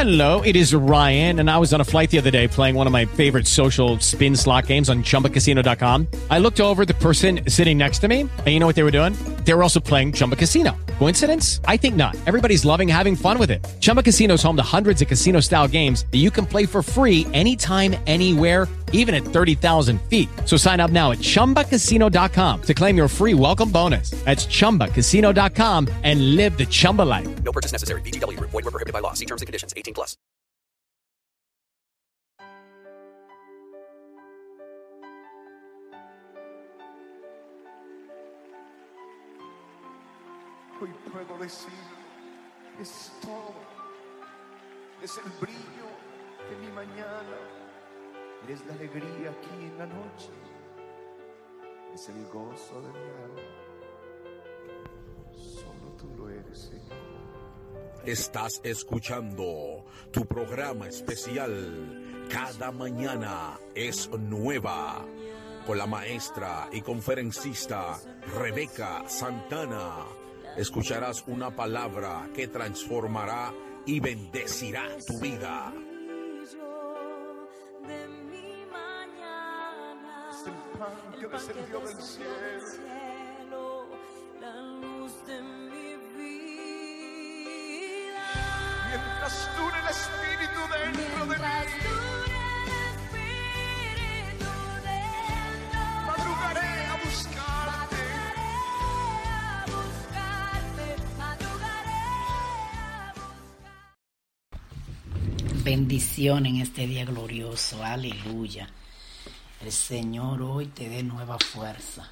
Hello, it is Ryan, and I was on a flight the other day playing one of my favorite social spin slot games on ChumbaCasino.com. I looked over at the person sitting next to me, and you know what they were doing? They were also playing Chumba Casino. Coincidence? I think not. Everybody's loving having fun with it. Chumba Casino is home to hundreds of casino-style games that you can play for free anytime, anywhere, even at 30,000 feet. So sign up now at ChumbaCasino.com to claim your free welcome bonus. That's ChumbaCasino.com and live the Chumba life. No purchase necessary. VGW. Void where prohibited by law. See terms and conditions. 18+. Hoy puedo decir, es todo, es el brillo de mi mañana, eres la alegría aquí en la noche, es el gozo de mi alma, solo tú lo eres, Señor. Estás escuchando tu programa especial Cada Mañana es Nueva, con la maestra y conferencista Rebeca Santana. Escucharás una palabra que transformará y bendecirá tu vida. Es el pan que descendió del cielo, la luz de mi vida. Mientras dure el Espíritu dentro de mí, madrugaré a buscarte. Bendición en este día glorioso, aleluya. El Señor hoy te dé nueva fuerza,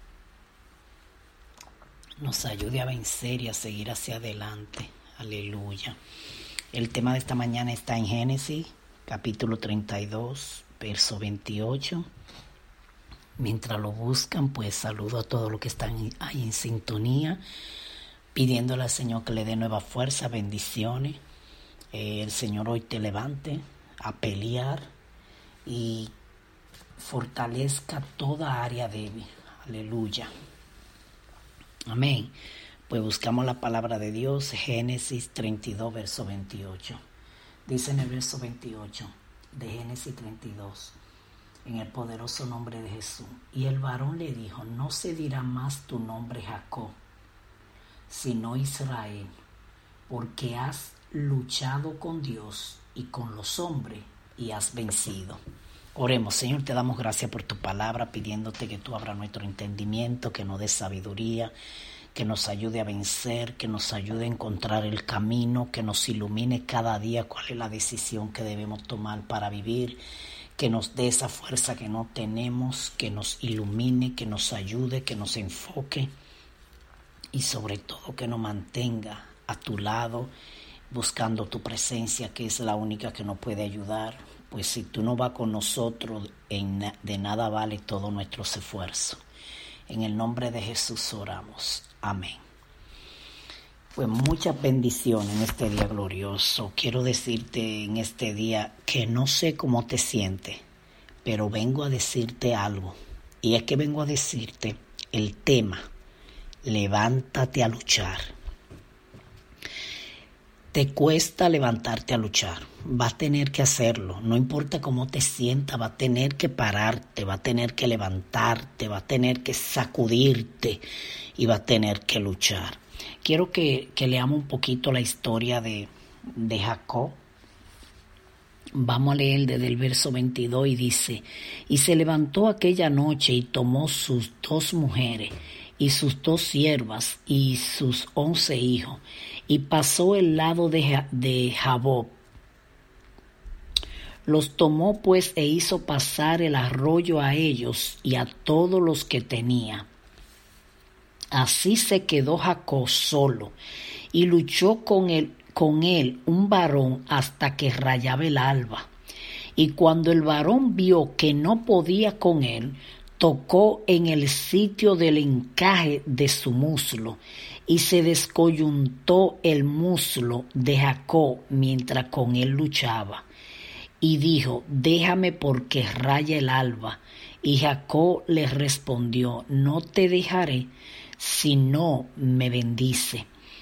nos ayude a vencer y a seguir hacia adelante, aleluya. El tema de esta mañana está en Génesis, capítulo 32, verso 28. Mientras lo buscan, pues saludo a todos los que están ahí en sintonía, pidiéndole al Señor que le dé nueva fuerza, bendiciones. El Señor hoy te levante a pelear y fortalezca toda área débil. Aleluya. Amén. Pues buscamos la palabra de Dios, Génesis 32, verso 28. Dice en el verso 28 de Génesis 32, en el poderoso nombre de Jesús. Y el varón le dijo, no se dirá más tu nombre Jacob, sino Israel, porque has luchado con Dios y con los hombres y has vencido. Oremos. Señor, te damos gracias por tu palabra, pidiéndote que tú abras nuestro entendimiento, que nos dé sabiduría, que nos ayude a vencer, que nos ayude a encontrar el camino, que nos ilumine cada día cuál es la decisión que debemos tomar para vivir, que nos dé esa fuerza que no tenemos, que nos ilumine, que nos ayude, que nos enfoque y sobre todo que nos mantenga a tu lado, buscando tu presencia, que es la única que nos puede ayudar, pues si tú no vas con nosotros, de nada vale todo nuestro esfuerzo. En el nombre de Jesús oramos. Amén. Pues muchas bendiciones en este día glorioso. Quiero decirte en este día que no sé cómo te sientes, pero vengo a decirte algo. Y es que vengo a decirte el tema, levántate a luchar. Te cuesta levantarte a luchar, vas a tener que hacerlo, no importa cómo te sientas, vas a tener que pararte, vas a tener que levantarte, vas a tener que sacudirte y vas a tener que luchar. Quiero que leamos un poquito la historia de Jacob. Vamos a leer desde el verso 22 y dice, y se levantó aquella noche y tomó sus 2 mujeres y sus 2 siervas y sus 11 hijos, y pasó el lado de Jaboc. Los tomó pues e hizo pasar el arroyo a ellos y a todos los que tenía. Así se quedó Jacob solo, y luchó con él un varón hasta que rayaba el alba. Y cuando el varón vio que no podía con él, tocó en el sitio del encaje de su muslo, y se descoyuntó el muslo de Jacob mientras con él luchaba. Y dijo, déjame porque raya el alba. Y Jacob le respondió, no te dejaré si no me bendice.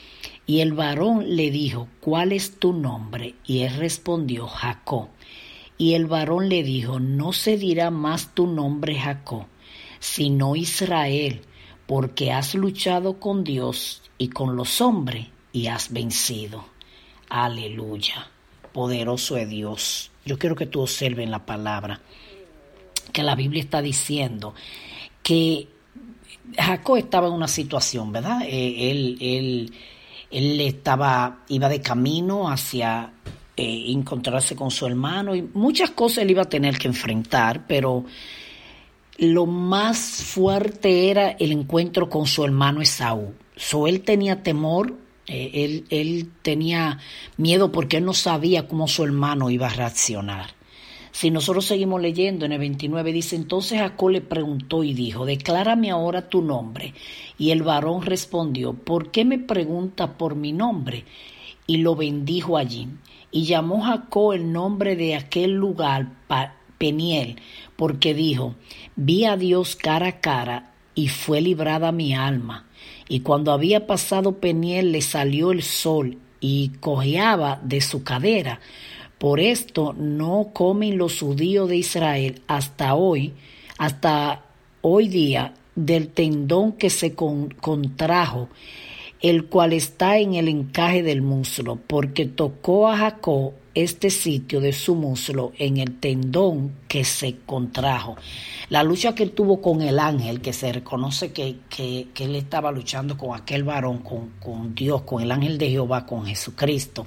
Y el varón le dijo, ¿cuál es tu nombre? Y él respondió, Jacob. Y el varón le dijo, no se dirá más tu nombre Jacob, sino Israel, porque has luchado con Dios y con los hombres y has vencido. Aleluya. Poderoso es Dios. Yo quiero que tú observes en la palabra que la Biblia está diciendo que Jacob estaba en una situación, ¿verdad? Él iba de camino hacia encontrarse con su hermano y muchas cosas él iba a tener que enfrentar, pero lo más fuerte era el encuentro con su hermano Esaú. Él tenía temor, él tenía miedo porque él no sabía cómo su hermano iba a reaccionar. Si nosotros seguimos leyendo en el 29, dice, entonces Jacob le preguntó y dijo, declárame ahora tu nombre. Y el varón respondió, ¿por qué me preguntas por mi nombre? Y lo bendijo allí. Y llamó Jacob el nombre de aquel lugar Peniel, porque dijo, vi a Dios cara a cara y fue librada mi alma. Y cuando había pasado Peniel le salió el sol y cojeaba de su cadera. Por esto no comen los judíos de Israel hasta hoy día, del tendón que se contrajo, el cual está en el encaje del muslo, porque tocó a Jacob este sitio de su muslo en el tendón que se contrajo. La lucha que él tuvo con el ángel, que se reconoce que él estaba luchando con aquel varón, con Dios, con el ángel de Jehová, con Jesucristo,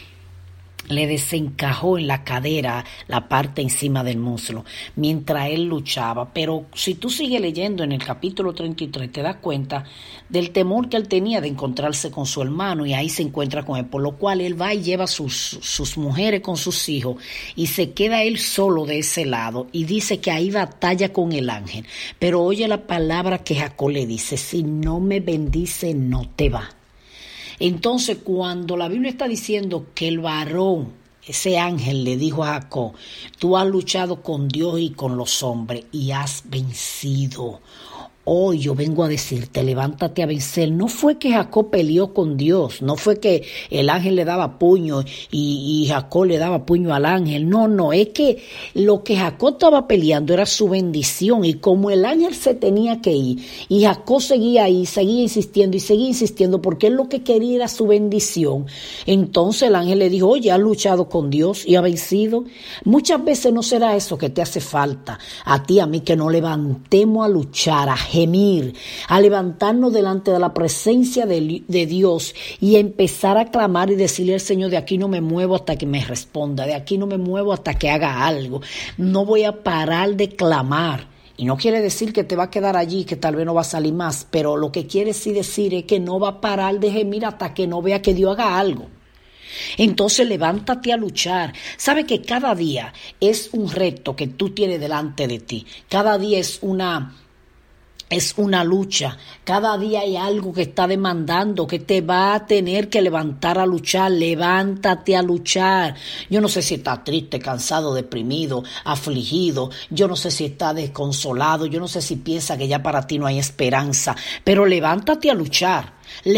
le desencajó en la cadera la parte encima del muslo mientras él luchaba. Pero si tú sigues leyendo en el capítulo 33 te das cuenta del temor que él tenía de encontrarse con su hermano, y ahí se encuentra con él, por lo cual él va y lleva sus mujeres con sus hijos y se queda él solo de ese lado, y dice que ahí batalla con el ángel. Pero oye la palabra que Jacob le dice, si no me bendice no te va. Entonces, cuando la Biblia está diciendo que el varón, ese ángel, le dijo a Jacob, tú has luchado con Dios y con los hombres y has vencido. Hoy yo vengo a decirte, levántate a vencer. No fue que Jacob peleó con Dios, no fue que el ángel le daba puño y Jacob le daba puño al ángel. No, es que lo que Jacob estaba peleando era su bendición, y como el ángel se tenía que ir y Jacob seguía ahí, seguía insistiendo porque él lo que quería era su bendición, entonces el ángel le dijo, oye, has luchado con Dios y has vencido. Muchas veces no será eso que te hace falta a ti, a mí, que nos levantemos a luchar, a gemir, a levantarnos delante de la presencia de Dios y empezar a clamar y decirle al Señor, de aquí no me muevo hasta que me responda, de aquí no me muevo hasta que haga algo, no voy a parar de clamar. Y no quiere decir que te va a quedar allí, que tal vez no va a salir más, pero lo que quiere sí decir es que no va a parar de gemir hasta que no vea que Dios haga algo. Entonces levántate a luchar. Sabe que cada día es un reto que tú tienes delante de ti, cada día es una lucha, cada día hay algo que está demandando, que te va a tener que levantar a luchar. Levántate a luchar. Yo no sé si estás triste, cansado, deprimido, afligido, yo no sé si estás desconsolado, yo no sé si piensas que ya para ti no hay esperanza, pero levántate a luchar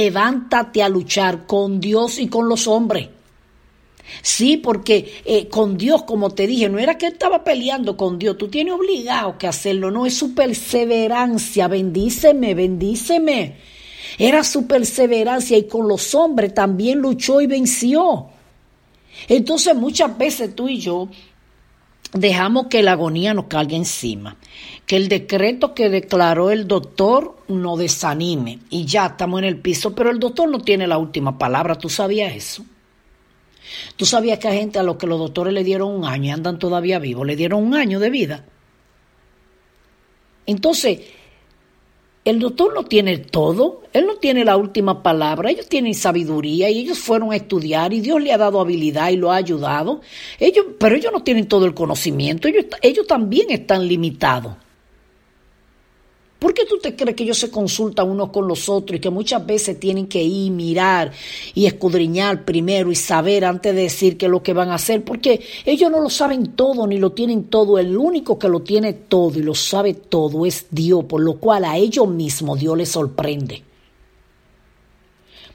con Dios y con los hombres. Sí, porque con Dios, como te dije, no era que él estaba peleando con Dios, tú tienes obligado que hacerlo, no, es su perseverancia, bendíceme, era su perseverancia, y con los hombres también luchó y venció. Entonces muchas veces tú y yo dejamos que la agonía nos caiga encima, que el decreto que declaró el doctor nos desanime y ya estamos en el piso, pero el doctor no tiene la última palabra. ¿Tú sabías eso? ¿Tú sabías que hay gente a los que los doctores le dieron 1 año y andan todavía vivos? Le dieron 1 año de vida. Entonces, el doctor no tiene todo, él no tiene la última palabra, ellos tienen sabiduría y ellos fueron a estudiar y Dios le ha dado habilidad y lo ha ayudado. Pero ellos no tienen todo el conocimiento, ellos también están limitados. ¿Por qué tú te crees que ellos se consultan unos con los otros y que muchas veces tienen que ir, mirar y escudriñar primero y saber antes de decir qué es lo que van a hacer? Porque ellos no lo saben todo ni lo tienen todo. El único que lo tiene todo y lo sabe todo es Dios, por lo cual a ellos mismos Dios les sorprende.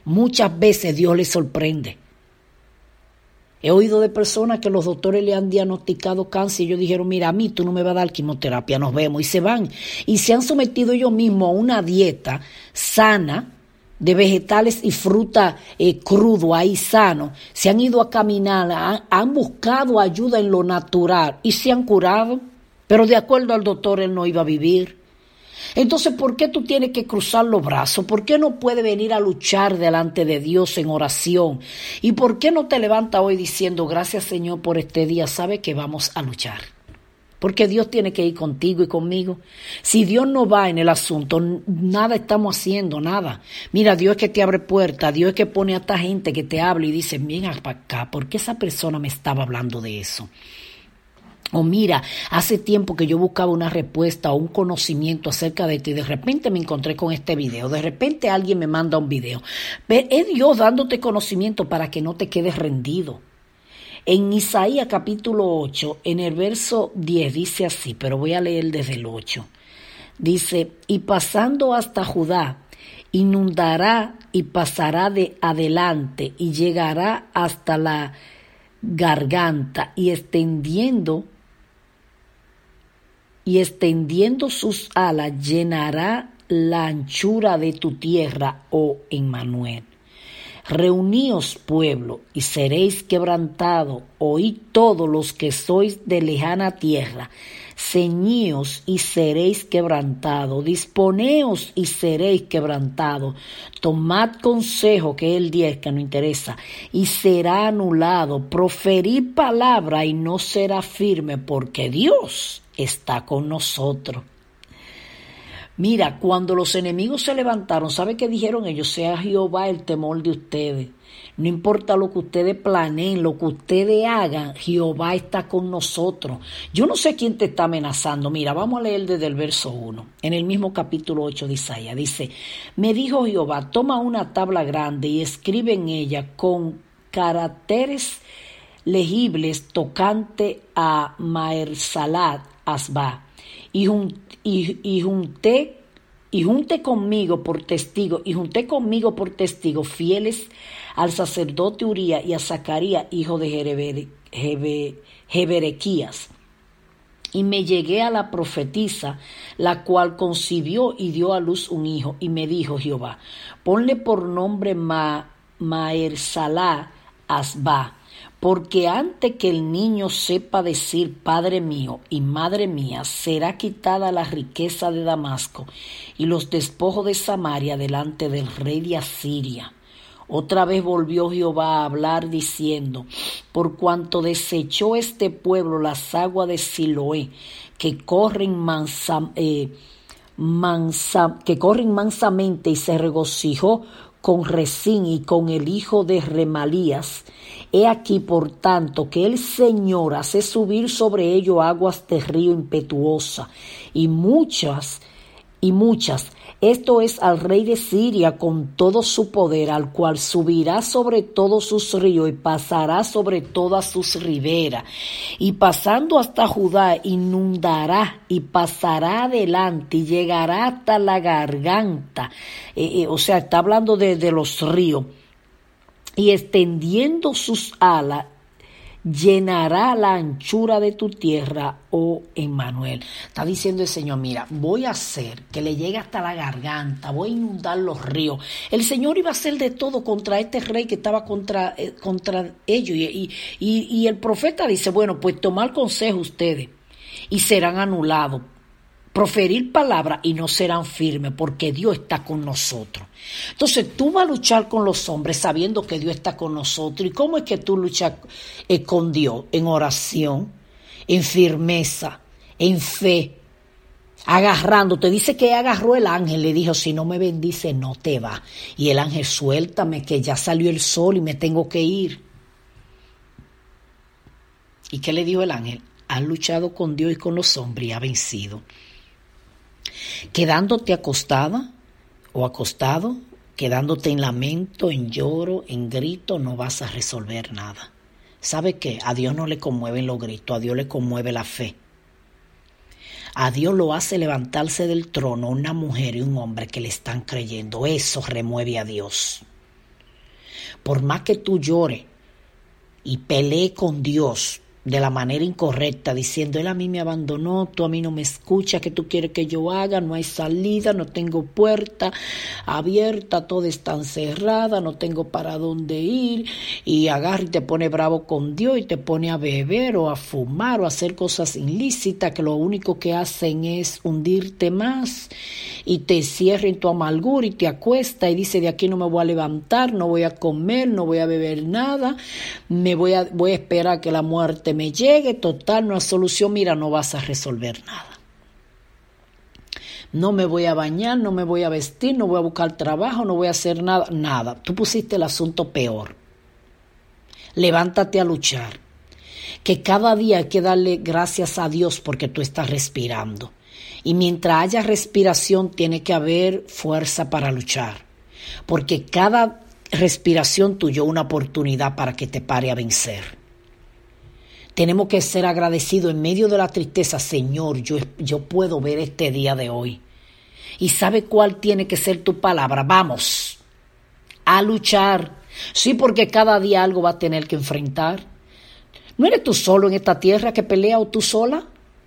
Muchas veces Dios les sorprende. He oído de personas que los doctores le han diagnosticado cáncer y ellos dijeron, mira, a mí tú no me vas a dar quimioterapia, nos vemos. Y se van. Y se han sometido ellos mismos a una dieta sana, de vegetales y fruta crudo, ahí sano. Se han ido a caminar, han buscado ayuda en lo natural y se han curado. Pero de acuerdo al doctor, él no iba a vivir. Entonces, ¿por qué tú tienes que cruzar los brazos? ¿Por qué no puedes venir a luchar delante de Dios en oración? ¿Y por qué no te levantas hoy diciendo, gracias Señor por este día, sabe que vamos a luchar? Porque Dios tiene que ir contigo y conmigo. Si Dios no va en el asunto, nada estamos haciendo, nada. Mira, Dios es que te abre puertas, Dios es que pone a esta gente que te habla y dice, ven para acá, ¿por qué esa persona me estaba hablando de eso? O mira, hace tiempo que yo buscaba una respuesta o un conocimiento acerca de esto y de repente me encontré con este video. De repente alguien me manda un video. Es Dios dándote conocimiento para que no te quedes rendido. En Isaías capítulo 8, en el verso 10 dice así, pero voy a leer desde el 8. Dice, y pasando hasta Judá, inundará y pasará de adelante y llegará hasta la garganta y extendiendo sus alas llenará la anchura de tu tierra, oh Emmanuel. Reuníos, pueblo, y seréis quebrantados, oíd todos los que sois de lejana tierra, ceñíos y seréis quebrantados, disponeos y seréis quebrantados, tomad consejo, que es el 10 que no interesa, y será anulado, proferid palabra y no será firme, porque Dios está con nosotros. Mira, cuando los enemigos se levantaron, ¿sabe qué dijeron ellos? Sea Jehová el temor de ustedes. No importa lo que ustedes planeen, lo que ustedes hagan, Jehová está con nosotros. Yo no sé quién te está amenazando. Mira, vamos a leer desde el verso 1. En el mismo capítulo 8 de Isaías dice, me dijo Jehová, toma una tabla grande y escribe en ella con caracteres legibles tocante a Mahersalat Asba, y junté conmigo por testigo fieles al sacerdote Urías y a Zacarías, hijo de Jeberequías. Y me llegué a la profetisa, la cual concibió y dio a luz un hijo. Y me dijo Jehová, ponle por nombre Mahersalat Asba, porque antes que el niño sepa decir Padre mío y Madre mía, será quitada la riqueza de Damasco y los despojos de Samaria delante del rey de Asiria. Otra vez volvió Jehová a hablar diciendo, por cuanto desechó este pueblo las aguas de Siloé, que corren mansamente, y se regocijó con Resín y con el hijo de Remalías. He aquí, por tanto, que el Señor hace subir sobre ellos aguas de río impetuosa, y muchas, esto es al rey de Siria con todo su poder, al cual subirá sobre todos sus ríos y pasará sobre todas sus riberas. Y pasando hasta Judá, inundará y pasará adelante y llegará hasta la garganta. O sea, está hablando de los ríos. Y extendiendo sus alas, llenará la anchura de tu tierra, oh Emmanuel. Está diciendo el Señor, mira, voy a hacer que le llegue hasta la garganta, voy a inundar los ríos. El Señor iba a hacer de todo contra este rey que estaba contra ellos. Y el profeta dice, bueno, pues tomar consejo ustedes y serán anulados. Proferir palabras y no serán firmes, porque Dios está con nosotros. Entonces tú vas a luchar con los hombres sabiendo que Dios está con nosotros. ¿Y cómo es que tú luchas con Dios? En oración, en firmeza, en fe, agarrándote. Dice que agarró el ángel, le dijo, si no me bendice no te va. Y el ángel, suéltame que ya salió el sol y me tengo que ir. ¿Y qué le dijo el ángel? Has luchado con Dios y con los hombres y has vencido. Quedándote acostada o acostado, quedándote en lamento, en lloro, en grito, no vas a resolver nada. ¿Sabe qué? A Dios no le conmueven los gritos, a Dios le conmueve la fe. A Dios lo hace levantarse del trono una mujer y un hombre que le están creyendo. Eso remueve a Dios. Por más que tú llores y pelees con Dios de la manera incorrecta, diciendo, Él a mí me abandonó, tú a mí no me escuchas, ¿qué tú quieres que yo haga? No hay salida, no tengo puerta abierta, todo está encerrada, no tengo para dónde ir, y agarra y te pone bravo con Dios y te pone a beber o a fumar o a hacer cosas ilícitas que lo único que hacen es hundirte más y te cierra en tu amargura y te acuesta y dice, de aquí no me voy a levantar, no voy a comer, no voy a beber nada, voy a esperar que la muerte me llegue, total, no hay solución, mira, no vas a resolver nada. No me voy a bañar, no me voy a vestir, no voy a buscar trabajo, no voy a hacer nada. Tú pusiste el asunto peor. Levántate a luchar. Que cada día hay que darle gracias a Dios porque tú estás respirando. Y mientras haya respiración, tiene que haber fuerza para luchar. Porque cada respiración tuya es una oportunidad para que te pare a vencer. Tenemos que ser agradecidos en medio de la tristeza. Señor, yo puedo ver este día de hoy. ¿Y sabe cuál tiene que ser tu palabra? Vamos a luchar. Sí, porque cada día algo va a tener que enfrentar. ¿No eres tú solo en esta tierra que pelea o tú sola?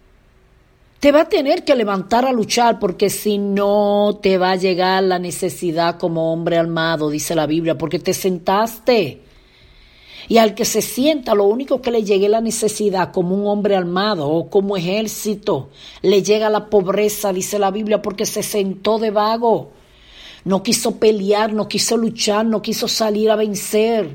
Te va a tener que levantar a luchar porque si no te va a llegar la necesidad como hombre armado, dice la Biblia, porque te sentaste. Y al que se sienta, lo único que le llegue la necesidad como un hombre armado o como ejército, le llega la pobreza, dice la Biblia, porque se sentó de vago. No quiso pelear, no quiso luchar, no quiso salir a vencer.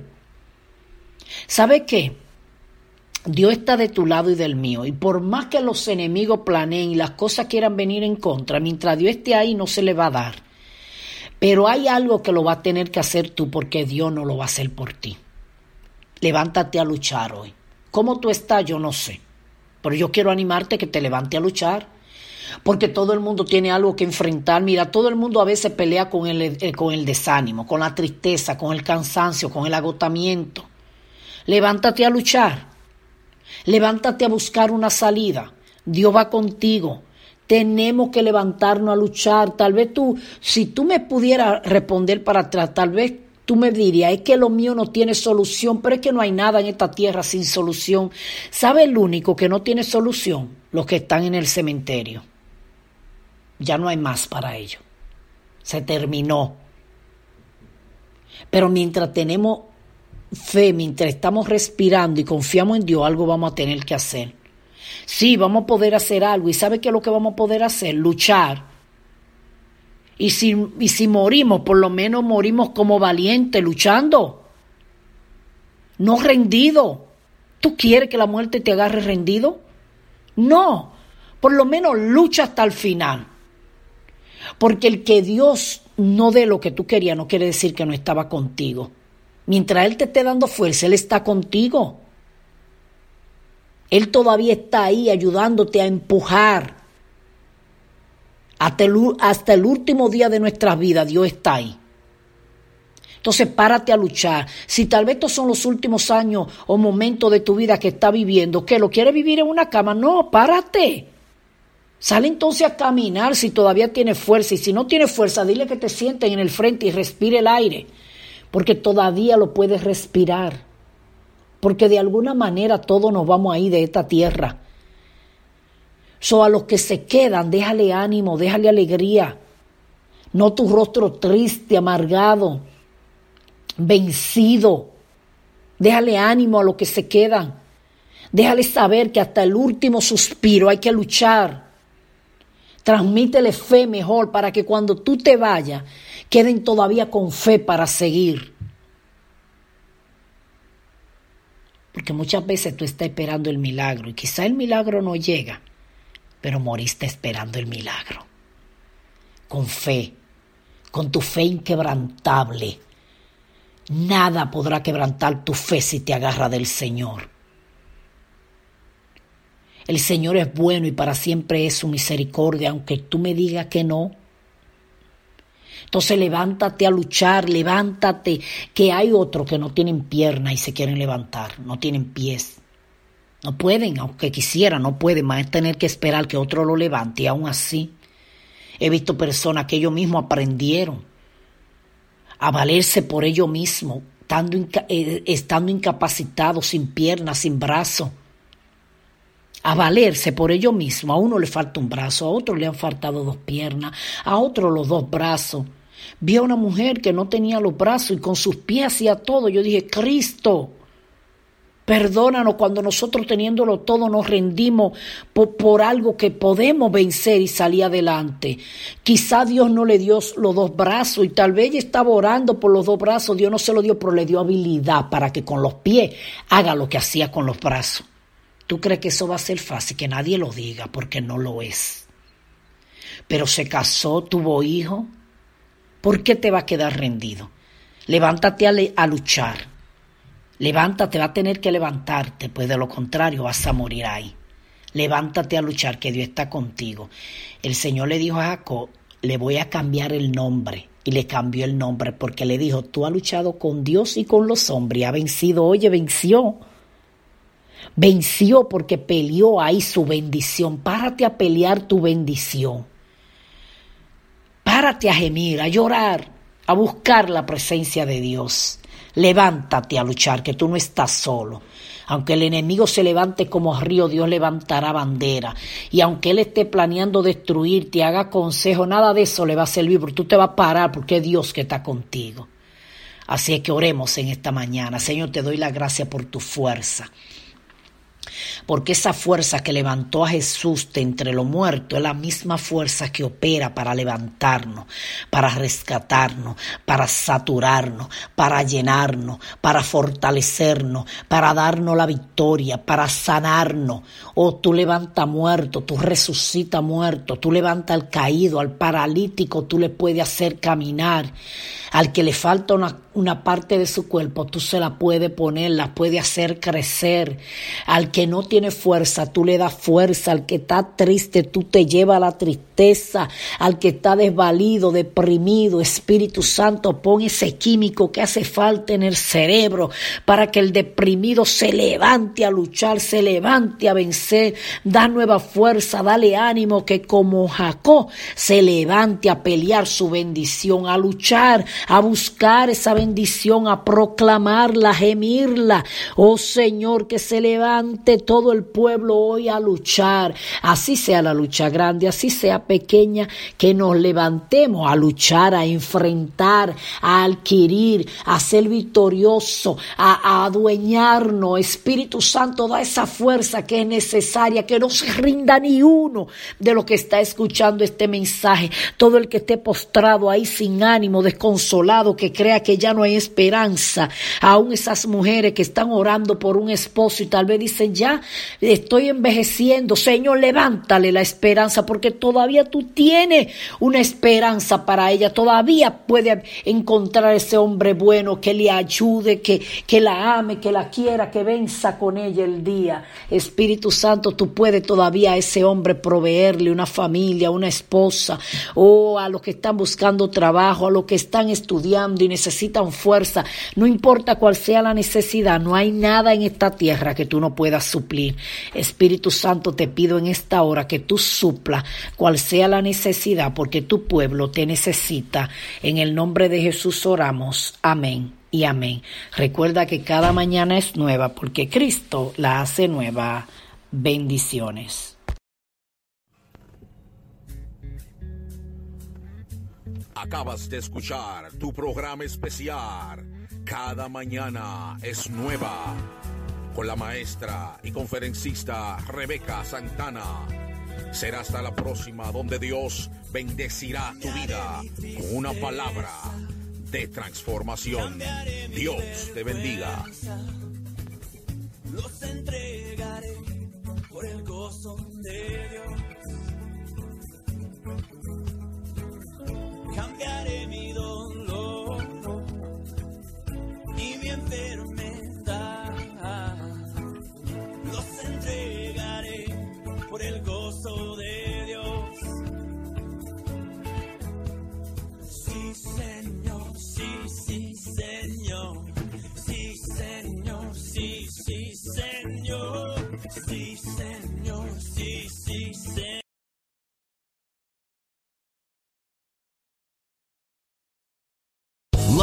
¿Sabe qué? Dios está de tu lado y del mío. Y por más que los enemigos planeen y las cosas quieran venir en contra, mientras Dios esté ahí no se le va a dar. Pero hay algo que lo va a tener que hacer tú porque Dios no lo va a hacer por ti. Levántate a luchar hoy. ¿Cómo tú estás? Yo no sé. Pero yo quiero animarte que te levante a luchar. Porque todo el mundo tiene algo que enfrentar. Mira, todo el mundo a veces pelea con el desánimo, con la tristeza, con el cansancio, con el agotamiento. Levántate a luchar. Levántate a buscar una salida. Dios va contigo. Tenemos que levantarnos a luchar. Tal vez si tú me pudieras responder para atrás, tal vez tú me dirías, es que lo mío no tiene solución, pero es que no hay nada en esta tierra sin solución. ¿Sabe el único que no tiene solución? Los que están en el cementerio. Ya no hay más para ellos. Se terminó. Pero mientras tenemos fe, mientras estamos respirando y confiamos en Dios, algo vamos a tener que hacer. Sí, vamos a poder hacer algo. ¿Y sabe qué es lo que vamos a poder hacer? Luchar. Y si morimos, por lo menos morimos como valientes, luchando. No rendido. ¿Tú quieres que la muerte te agarre rendido? No. Por lo menos lucha hasta el final. Porque el que Dios no dé lo que tú querías no quiere decir que no estaba contigo. Mientras Él te esté dando fuerza, Él está contigo. Él todavía está ahí ayudándote a empujar. Hasta el último día de nuestras vidas, Dios está ahí. Entonces, párate a luchar. Si tal vez estos son los últimos años o momentos de tu vida que estás viviendo, ¿qué? ¿Lo quieres vivir en una cama? No, párate. Sale entonces a caminar si todavía tienes fuerza. Y si no tienes fuerza, dile que te sienten en el frente y respire el aire. Porque todavía lo puedes respirar. Porque de alguna manera todos nos vamos a ir de esta tierra. A los que se quedan, déjale ánimo, déjale alegría. No tu rostro triste, amargado, vencido. Déjale ánimo a los que se quedan. Déjale saber que hasta el último suspiro hay que luchar. Transmítele fe mejor para que cuando tú te vayas, queden todavía con fe para seguir. Porque muchas veces tú estás esperando el milagro y quizá el milagro no llega. Pero moriste esperando el milagro. Con fe, con tu fe inquebrantable. Nada podrá quebrantar tu fe si te agarra del Señor. El Señor es bueno y para siempre es su misericordia, aunque tú me digas que no. Entonces levántate a luchar, levántate, que hay otros que no tienen piernas y se quieren levantar, no tienen pies. No pueden, aunque quisieran, no pueden, van a tener que esperar que otro lo levante. Y aún así, he visto personas que ellos mismos aprendieron a valerse por ellos mismos, estando incapacitado, sin piernas, sin brazo, a valerse por ello mismo. A uno le falta un brazo, a otro le han faltado 2 piernas, a otro los 2 brazos. Vi a una mujer que no tenía los brazos y con sus pies hacía todo. Yo dije, Cristo, perdónanos cuando nosotros teniéndolo todo nos rendimos por algo que podemos vencer y salir adelante. Quizá Dios no le dio los 2 brazos y tal vez ella estaba orando por los 2 brazos. Dios no se lo dio, pero le dio habilidad para que con los pies haga lo que hacía con los brazos. ¿Tú crees que eso va a ser fácil? Que nadie lo diga, porque no lo es. Pero se casó, tuvo hijos. ¿Por qué te va a quedar rendido? Levántate a luchar. Levántate, va a tener que levantarte, pues de lo contrario vas a morir ahí. Levántate a luchar, que Dios está contigo. El Señor le dijo a Jacob, le voy a cambiar el nombre. Y le cambió el nombre porque le dijo, tú has luchado con Dios y con los hombres y has vencido. Oye, venció. Venció porque peleó ahí su bendición. Párate a pelear tu bendición. Párate a gemir, a llorar, a buscar la presencia de Dios. Levántate a luchar, que tú no estás solo. Aunque el enemigo se levante como río, Dios levantará bandera. Y aunque él esté planeando destruirte, haga consejo, nada de eso le va a servir, porque tú te vas a parar, porque es Dios que está contigo. Así es que oremos en esta mañana. Señor, te doy la gracia por tu fuerza. Porque esa fuerza que levantó a Jesús de entre los muertos es la misma fuerza que opera para levantarnos, para rescatarnos, para saturarnos, para llenarnos, para fortalecernos, para darnos la victoria, para sanarnos. Oh, tú levantas muerto, tú resucitas muerto, tú levantas al caído, al paralítico, tú le puedes hacer caminar. Al que le falta una parte de su cuerpo, tú se la puedes poner, la puedes hacer crecer. Al que no tiene fuerza, tú le das fuerza. Al que está triste, tú te llevas la tristeza. Al que está desvalido, deprimido, Espíritu Santo, pon ese químico que hace falta en el cerebro para que el deprimido se levante a luchar, se levante a vencer. Da nueva fuerza, dale ánimo, que como Jacob se levante a pelear su bendición, a luchar, a buscar esa bendición, a proclamarla, a gemirla. Oh Señor, que se levante todo el pueblo hoy a luchar. Así sea la lucha grande, así sea pequeña, que nos levantemos a luchar, a enfrentar, a adquirir, a ser victorioso, a adueñarnos. Espíritu Santo, da esa fuerza que es necesaria, que no se rinda ni uno de los que está escuchando este mensaje. Todo el que esté postrado ahí sin ánimo, desconsolado, que crea que ya no hay esperanza. Aún esas mujeres que están orando por un esposo y tal vez dicen, ya estoy envejeciendo. Señor, levántale la esperanza, porque todavía tú tienes una esperanza para ella. Todavía puede encontrar ese hombre bueno que le ayude, que la ame, que la quiera, que venza con ella el día. Espíritu Santo, tú puedes todavía a ese hombre proveerle una familia, una esposa, o a los que están buscando trabajo, a los que están estudiando y necesitan fuerza. No importa cuál sea la necesidad, no hay nada en esta tierra que tú no puedas suplir. Espíritu Santo, te pido en esta hora que tú suplas cual sea la necesidad, porque tu pueblo te necesita. En el nombre de Jesús oramos. Amén y amén. Recuerda que cada mañana es nueva, porque Cristo la hace nueva. Bendiciones. Acabas de escuchar tu programa especial. Cada mañana es nueva. Con la maestra y conferencista Rebeca Santana. Será hasta la próxima, donde Dios bendecirá tu vida con una palabra de transformación. Dios te bendiga. Los entregaré por el gozo de Dios. Cambiaré mi dolor y mi enfermedad. Los entregaré por el gozo de Dios. Sí, Señor, sí, sí, Señor. Sí, Señor, sí, sí, Señor. Sí, Señor, sí, sí.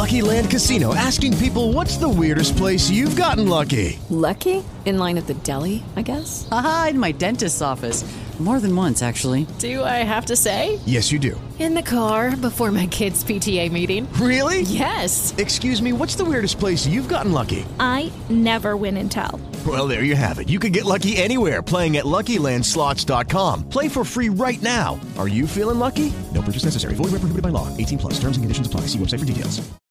Lucky Land Casino, asking people, what's the weirdest place you've gotten lucky? Lucky? In line at the deli, I guess? Aha, in my dentist's office. More than once, actually. Do I have to say? Yes, you do. In the car before my kids' PTA meeting. Really? Yes. Excuse me, what's the weirdest place you've gotten lucky? I never win and tell. Well, there you have it. You can get lucky anywhere, playing at LuckyLandSlots.com. Play for free right now. Are you feeling lucky? No purchase necessary. Void where prohibited by law. 18+. Terms and conditions apply. See website for details.